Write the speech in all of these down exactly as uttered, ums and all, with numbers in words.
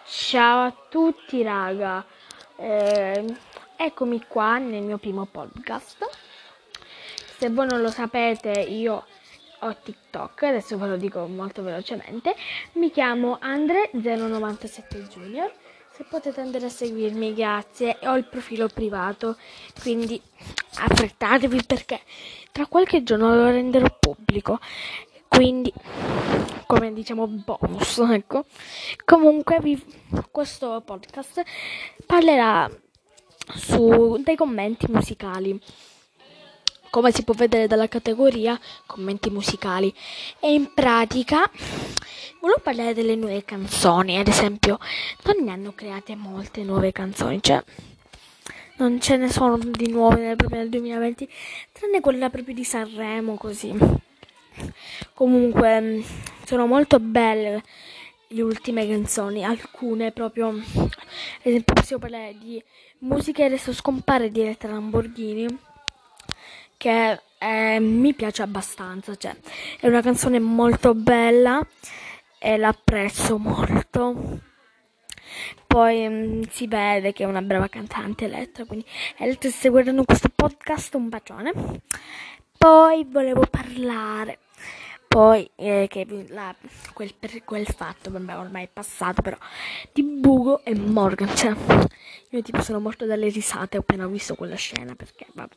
Ciao a tutti raga, eh, eccomi qua nel mio primo podcast. Se voi non lo sapete, io ho TikTok, adesso ve lo dico molto velocemente. Mi chiamo Andre zero novantasette Junior. Se potete andare a seguirmi, grazie. Ho il profilo privato, quindi affrettatevi perché tra qualche giorno lo renderò pubblico. Quindi, come diciamo, bonus, ecco. Comunque, vi, questo podcast parlerà su dei commenti musicali. Come si può vedere dalla categoria commenti musicali. E in pratica volevo parlare delle nuove canzoni. Ad esempio, non ne hanno create molte nuove canzoni, cioè non ce ne sono di nuove nel, proprio nel duemilaventi, tranne quella proprio di Sanremo, così. Comunque sono molto belle le ultime canzoni, alcune proprio, ad esempio possiamo parlare di Musica e adesso scompare di Elettra Lamborghini, che eh, mi piace abbastanza, cioè è una canzone molto bella e l'apprezzo molto. Poi mh, si vede che è una brava cantante Elettra, quindi Elettra, se stai guardando questo podcast, un bacione. Poi volevo parlare poi eh, che la, quel, per quel fatto, vabbè, ormai è passato, però di Bugo e Morgan, cioè io tipo sono morto dalle risate appena ho visto quella scena, perché vabbè,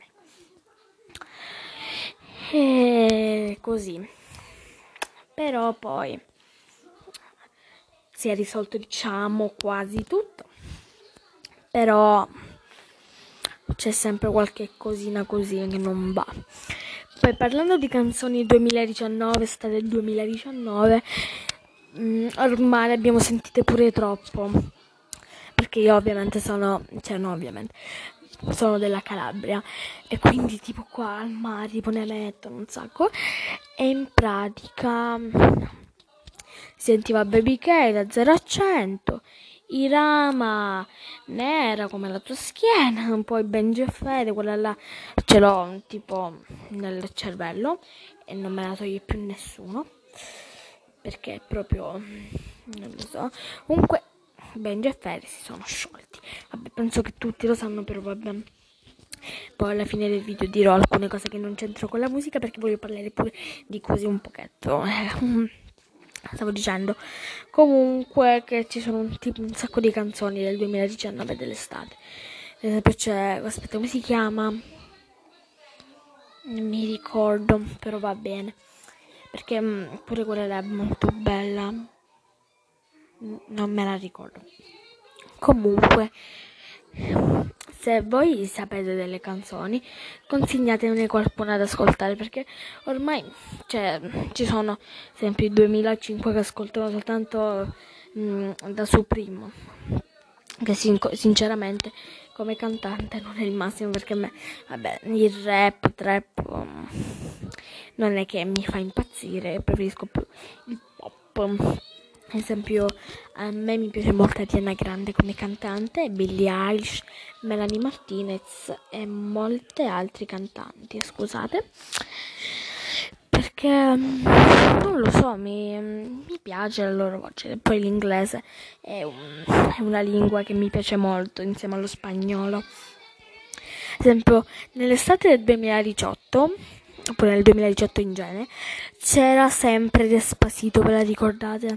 e così. Però poi si è risolto, diciamo, quasi tutto, però c'è sempre qualche cosina così che non va. Poi parlando di canzoni duemiladiciannove, estate del duemiladiciannove, mh, ormai le abbiamo sentite pure troppo, perché io ovviamente sono, cioè no ovviamente, sono della Calabria e quindi tipo qua al mare tipo ne mettono un sacco e in pratica si sentiva Baby K da zero a cento, Irama nera come la tua schiena, poi Benji e Fede, quella là ce l'ho tipo nel cervello e non me la toglie più nessuno, perché è proprio, non lo so. Comunque Benji e Fede si sono sciolti, vabbè, penso che tutti lo sanno, però vabbè. Poi alla fine del video dirò alcune cose che non c'entro con la musica, perché voglio parlare pure di cose un pochetto stavo dicendo comunque che ci sono un, tipo, un sacco di canzoni del duemiladiciannove dell'estate. Ad esempio c'è, aspetta, come si chiama? Non mi ricordo, però va bene, perché mh, pure quella è molto bella, non me la ricordo. Comunque, se voi sapete delle canzoni, consigliatene qualcuna ad ascoltare, perché ormai cioè, ci sono sempre i duemilacinque che ascoltano soltanto mh, da Supremo, che sin- sinceramente come cantante non è il massimo, perché a me, vabbè, il rap, trap um, non è che mi fa impazzire, preferisco più il pop. Ad esempio, a me mi piace molto Ariana Grande come cantante, Billie Eilish, Melanie Martinez e molte altre cantanti, scusate, perché non lo so, mi, mi piace la loro voce. Poi l'inglese è, un, è una lingua che mi piace molto insieme allo spagnolo. Ad esempio, nell'estate del duemiladiciotto, oppure nel duemiladiciotto in genere, c'era sempre Despacito, ve la ricordate?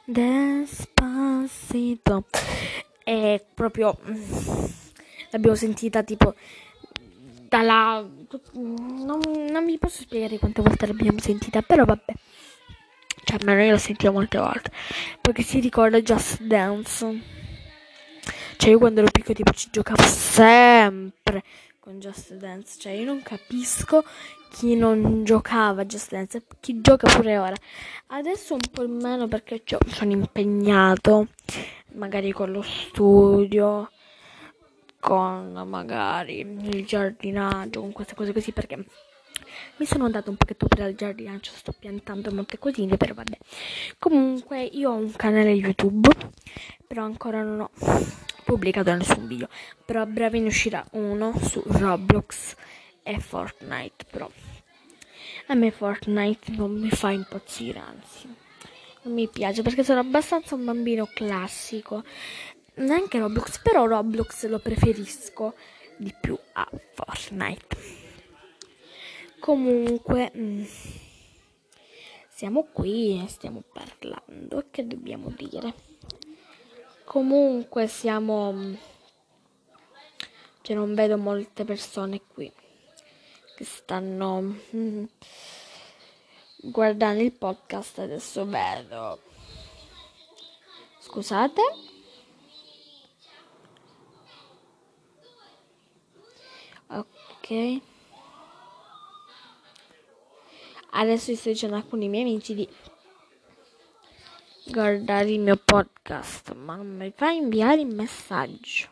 Despacito. E proprio l'abbiamo sentita tipo dalla... Non, non vi posso spiegare quante volte l'abbiamo sentita, però vabbè. Cioè, almeno io l'ho sentita molte volte. Perché si ricorda Just Dance. Cioè, io quando ero piccola tipo ci giocavo sempre con Just Dance. Cioè, io non capisco chi non giocava a Just Dance, chi gioca pure ora. Adesso un po' meno perché sono impegnato, magari con lo studio, con magari il giardinaggio, con queste cose così, perché mi sono andata un pochetto per il giardinaggio, sto piantando molte cosine, però vabbè. Comunque io ho un canale YouTube, però ancora non ho pubblicato nessun video, però a breve ne uscirà uno su Roblox e Fortnite, però a me Fortnite non mi fa impazzire, anzi non mi piace perché sono abbastanza un bambino classico. Neanche Roblox, però Roblox lo preferisco di più a Fortnite. Comunque, mh, siamo qui e stiamo parlando. Che dobbiamo dire? Comunque siamo... Cioè non vedo molte persone qui che stanno mh, guardando il podcast. Adesso vedo. Scusate. Ok. Adesso sto dicendo a alcuni miei amici di guardare il mio podcast, ma non mi fa inviare il messaggio.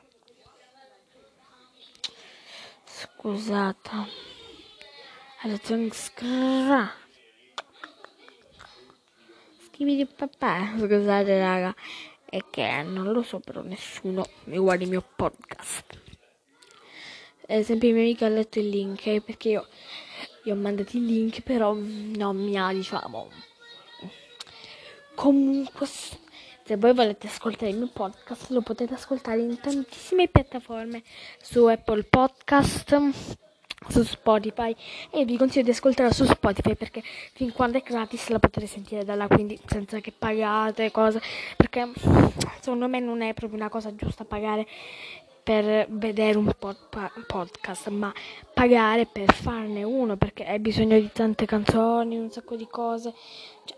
Scusate. Adesso scra. Scrivi di papà. Scusate raga. È che non lo so, però nessuno mi guarda il mio podcast. Ad esempio il mio amico ha letto il link, eh, perché io gli ho mandato il link, però non mi ha, diciamo. Comunque, se voi volete ascoltare il mio podcast, lo potete ascoltare in tantissime piattaforme, su Apple Podcast, su Spotify, e vi consiglio di ascoltarla su Spotify perché fin quando è gratis la potete sentire da là, quindi senza che pagate cose, perché secondo me non è proprio una cosa giusta pagare per vedere un pod- podcast, ma pagare per farne uno, perché hai bisogno di tante canzoni, un sacco di cose, cioè,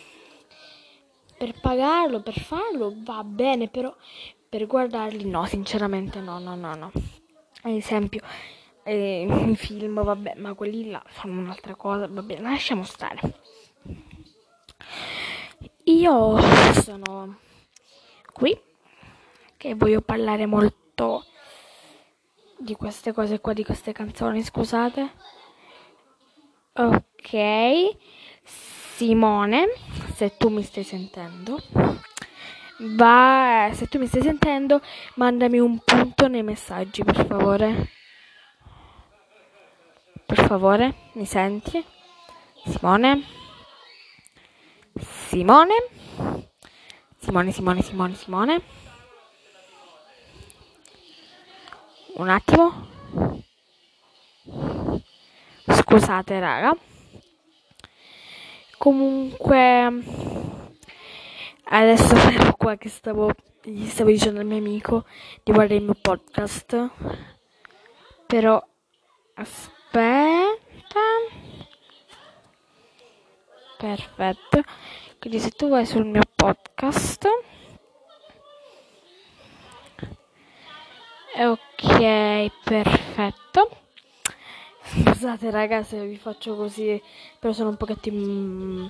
per pagarlo, per farlo va bene, però per guardarli no, sinceramente no, no, no, no. Ad esempio eh, i film, vabbè, ma quelli là sono un'altra cosa, vabbè, lasciamo stare. Io sono qui che voglio parlare molto di queste cose qua, di queste canzoni, scusate. Ok, Simone, se tu mi stai sentendo, va, se tu mi stai sentendo, mandami un punto nei messaggi, per favore. Per favore, mi senti? Simone? Simone? Simone, Simone, Simone, Simone? Un attimo. Scusate, raga. Comunque, adesso ero qua che stavo, gli stavo dicendo al mio amico di guardare il mio podcast. Però, aspetta. Perfetto. Quindi se tu vai sul mio podcast. Ok, perfetto. Scusate ragazzi se vi faccio così, però sono un pochettino...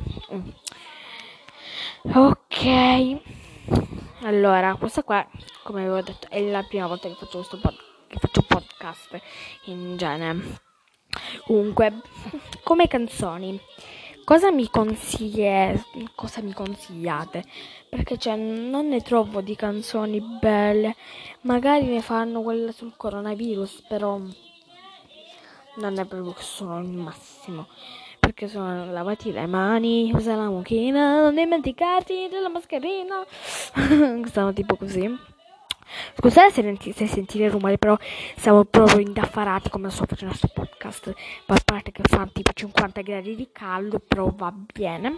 Ok. Allora, questa qua, come avevo detto, è la prima volta che faccio questo pod- che faccio podcast in genere. Comunque, come canzoni, cosa mi consiglie, cosa mi consigliate? Perché cioè, non ne trovo di canzoni belle. Magari ne fanno quelle sul coronavirus, però non è proprio che sono il massimo. Perché sono lavati le mani, usa la mucchina, non dimenticarti della mascherina. Stanno tipo così. Scusate se, senti- se sentite il rumore, però siamo proprio indaffarati come sto facendo questo podcast. Ma a parte che fa tipo cinquanta gradi di caldo, però va bene.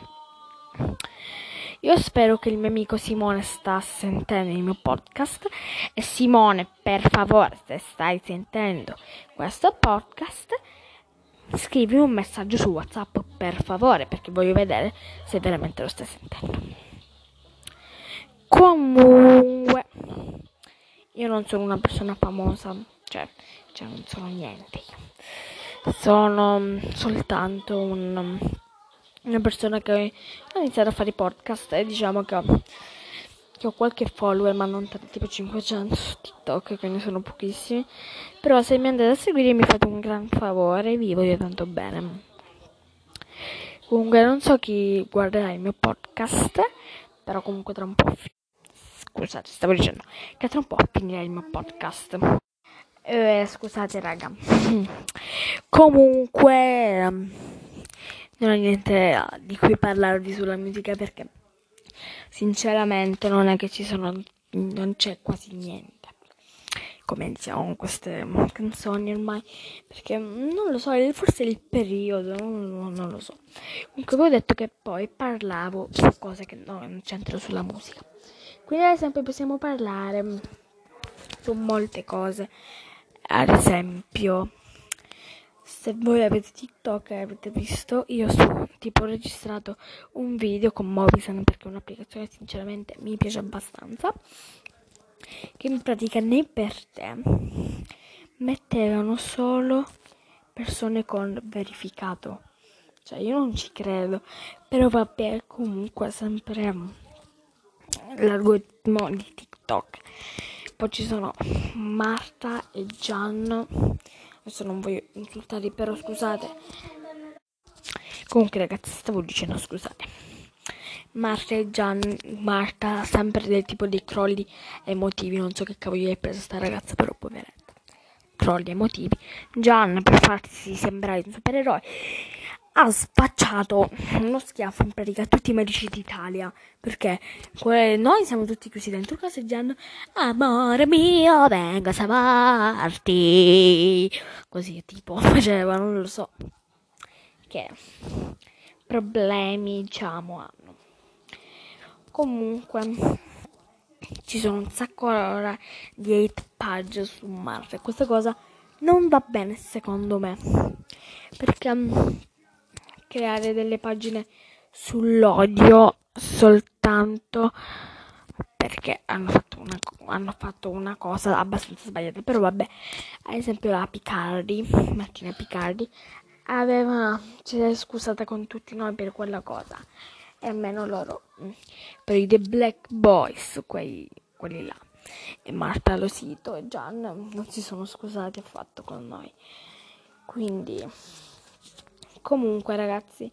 Io spero che il mio amico Simone sta sentendo il mio podcast. E Simone, per favore, se stai sentendo questo podcast, scrivi un messaggio su WhatsApp, per favore, perché voglio vedere se veramente lo stai sentendo. Comunque, io non sono una persona famosa, cioè, cioè non sono niente. Sono soltanto un, una persona che ha iniziato a fare i podcast e diciamo che ho, che ho qualche follower, ma non tanto, tipo cinquecento su TikTok, quindi sono pochissimi. Però se mi andate a seguire mi fate un gran favore, vi voglio tanto bene. Comunque non so chi guarderà il mio podcast, però comunque tra un po'... Fi- Scusate, stavo dicendo che tra un po' finirà il mio podcast. Eh, scusate raga. Comunque... ehm, non ho niente di cui parlarvi sulla musica perché sinceramente non è che ci sono, non c'è quasi niente, come diciamo queste canzoni ormai, perché non lo so, forse è il periodo, non, non lo so. Comunque vi ho detto che poi parlavo su cose che non c'entrano sulla musica, quindi ad esempio possiamo parlare su molte cose, ad esempio se voi avete TikTok e avete visto, io ho tipo registrato un video con Mobisan, perché è un'applicazione sinceramente mi piace abbastanza, che in pratica nei per te mettevano solo persone con verificato. Cioè io non ci credo, però vabbè, comunque sempre l'algoritmo di TikTok. Poi ci sono Marta e Gian, adesso non voglio insultarli, però scusate. Comunque ragazzi, stavo dicendo scusate. Marta e Gian, Marta sempre del tipo dei crolli emotivi, non so che cavolo gli hai preso sta ragazza, però poveretta. Crolli emotivi. Gian, per farsi sembrare un supereroe, ha spacciato uno schiaffo in pratica a tutti i medici d'Italia, perché noi siamo tutti chiusi dentro casa e Gian, amore mio, vengo a salvarti, così tipo faceva, non lo so che problemi diciamo hanno. Comunque ci sono un sacco ora di hate page su Marte e questa cosa non va bene secondo me, perché um, creare delle pagine sull'odio soltanto perché hanno fatto una, hanno fatto una cosa abbastanza sbagliata, però vabbè, ad esempio la Picardi, Martina Picardi aveva, si è scusata con tutti noi per quella cosa, e almeno loro, per i The Black Boys, quei, quelli là, e Marta Losito e Gian non si sono scusati affatto con noi. Quindi comunque ragazzi,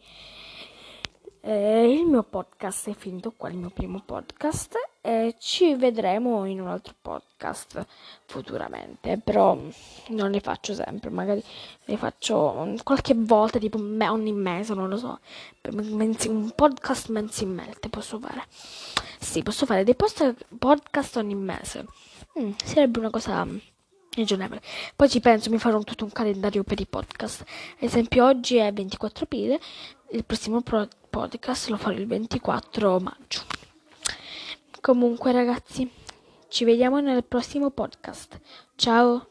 eh, il mio podcast è finito qua, il mio primo podcast, e ci vedremo in un altro podcast futuramente, però non le faccio sempre, magari le faccio qualche volta, tipo ogni mese, non lo so, un podcast mensilmente posso fare. Sì, posso fare dei post- podcast ogni mese. Mm, sarebbe una cosa ragionevole. Poi ci penso, mi farò tutto un calendario per i podcast. Ad esempio, oggi è ventiquattro aprile, il prossimo pro- podcast lo farò il ventiquattro maggio. Comunque, ragazzi, ci vediamo nel prossimo podcast. Ciao!